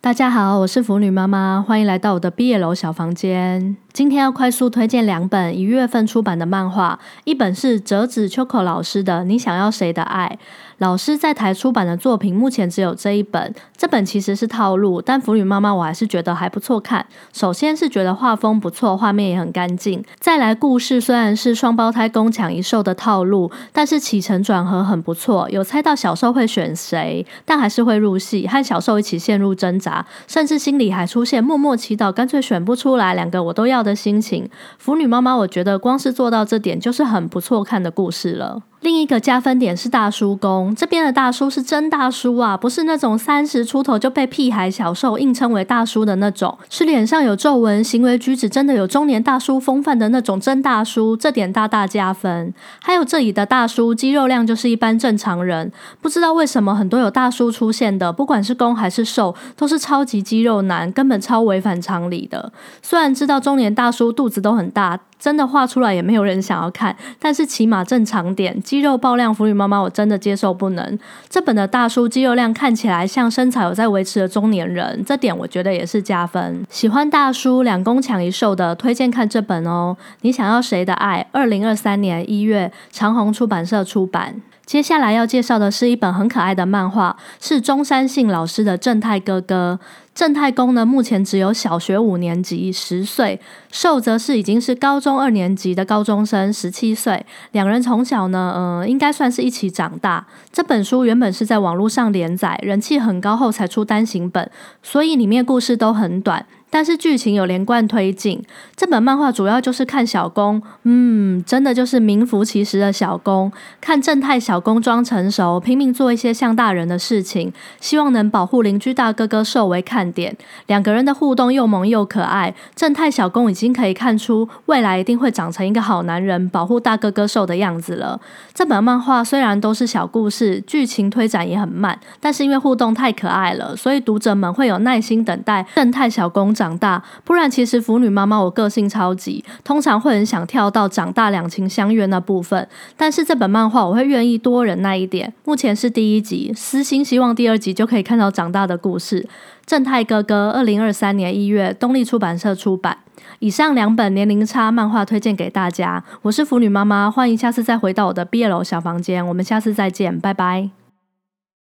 大家好，我是腐女妈妈，欢迎来到我的毕业楼小房间。今天要快速推荐2本1月份出版的漫画，一本是折子秋口老师的《你想要谁的爱》。老师在台出版的作品目前只有这一本，这本其实是套路，但腐女妈妈我还是觉得还不错看。首先是觉得画风不错，画面也很干净。再来故事虽然是双胞胎公抢一兽的套路，但是起承转合很不错，有猜到小受会选谁，但还是会入戏，和小受一起陷入挣扎，甚至心里还出现默默祈祷干脆选不出来2个我都要的心情。腐女妈妈我觉得光是做到这点就是很不错看的故事了。另一个加分点是大叔公，这边的大叔是真大叔啊，不是那种30出头就被屁孩小受硬称为大叔的那种，是脸上有皱纹，行为举止真的有中年大叔风范的那种真大叔，这点大大加分。还有这里的大叔肌肉量就是一般正常人，不知道为什么很多有大叔出现的，不管是攻还是受，都是超级肌肉男，根本超违反常理的。虽然知道中年大叔肚子都很大，真的画出来也没有人想要看，但是起码正常点，肌肉爆量腐女妈妈我真的接受不能。这本的大叔肌肉量看起来像身材有在维持的中年人，这点我觉得也是加分。喜欢大叔2公抢一兽的推荐看这本哦。你想要谁的爱？2023年1月长虹出版社出版。接下来要介绍的是一本很可爱的漫画，是中山信老师的正太哥哥。正太公呢，目前只有小学5年级，10岁；受则是已经是高中2年级的高中生，17岁。2人从小呢，应该算是一起长大。这本书原本是在网络上连载，人气很高后才出单行本，所以里面故事都很短。但是剧情有连贯推进。这本漫画主要就是看小公，真的就是名副其实的小公，看正太小公装成熟，拼命做一些像大人的事情，希望能保护邻居大哥哥受为看点。2个人的互动又萌又可爱，正太小公已经可以看出未来一定会长成一个好男人，保护大哥哥受的样子了。这本漫画虽然都是小故事，剧情推展也很慢，但是因为互动太可爱了，所以读者们会有耐心等待正太小公长大。不然其实腐女妈妈我个性超级，通常会很想跳到长大两情相悦那部分，但是这本漫画我会愿意多忍耐一点。目前是第1集，私心希望第2集就可以看到长大的故事。正太哥哥2023年1月东立出版社出版。以上2本年龄差漫画推荐给大家，我是腐女妈妈，欢迎下次再回到我的毕业楼小房间，我们下次再见，拜拜。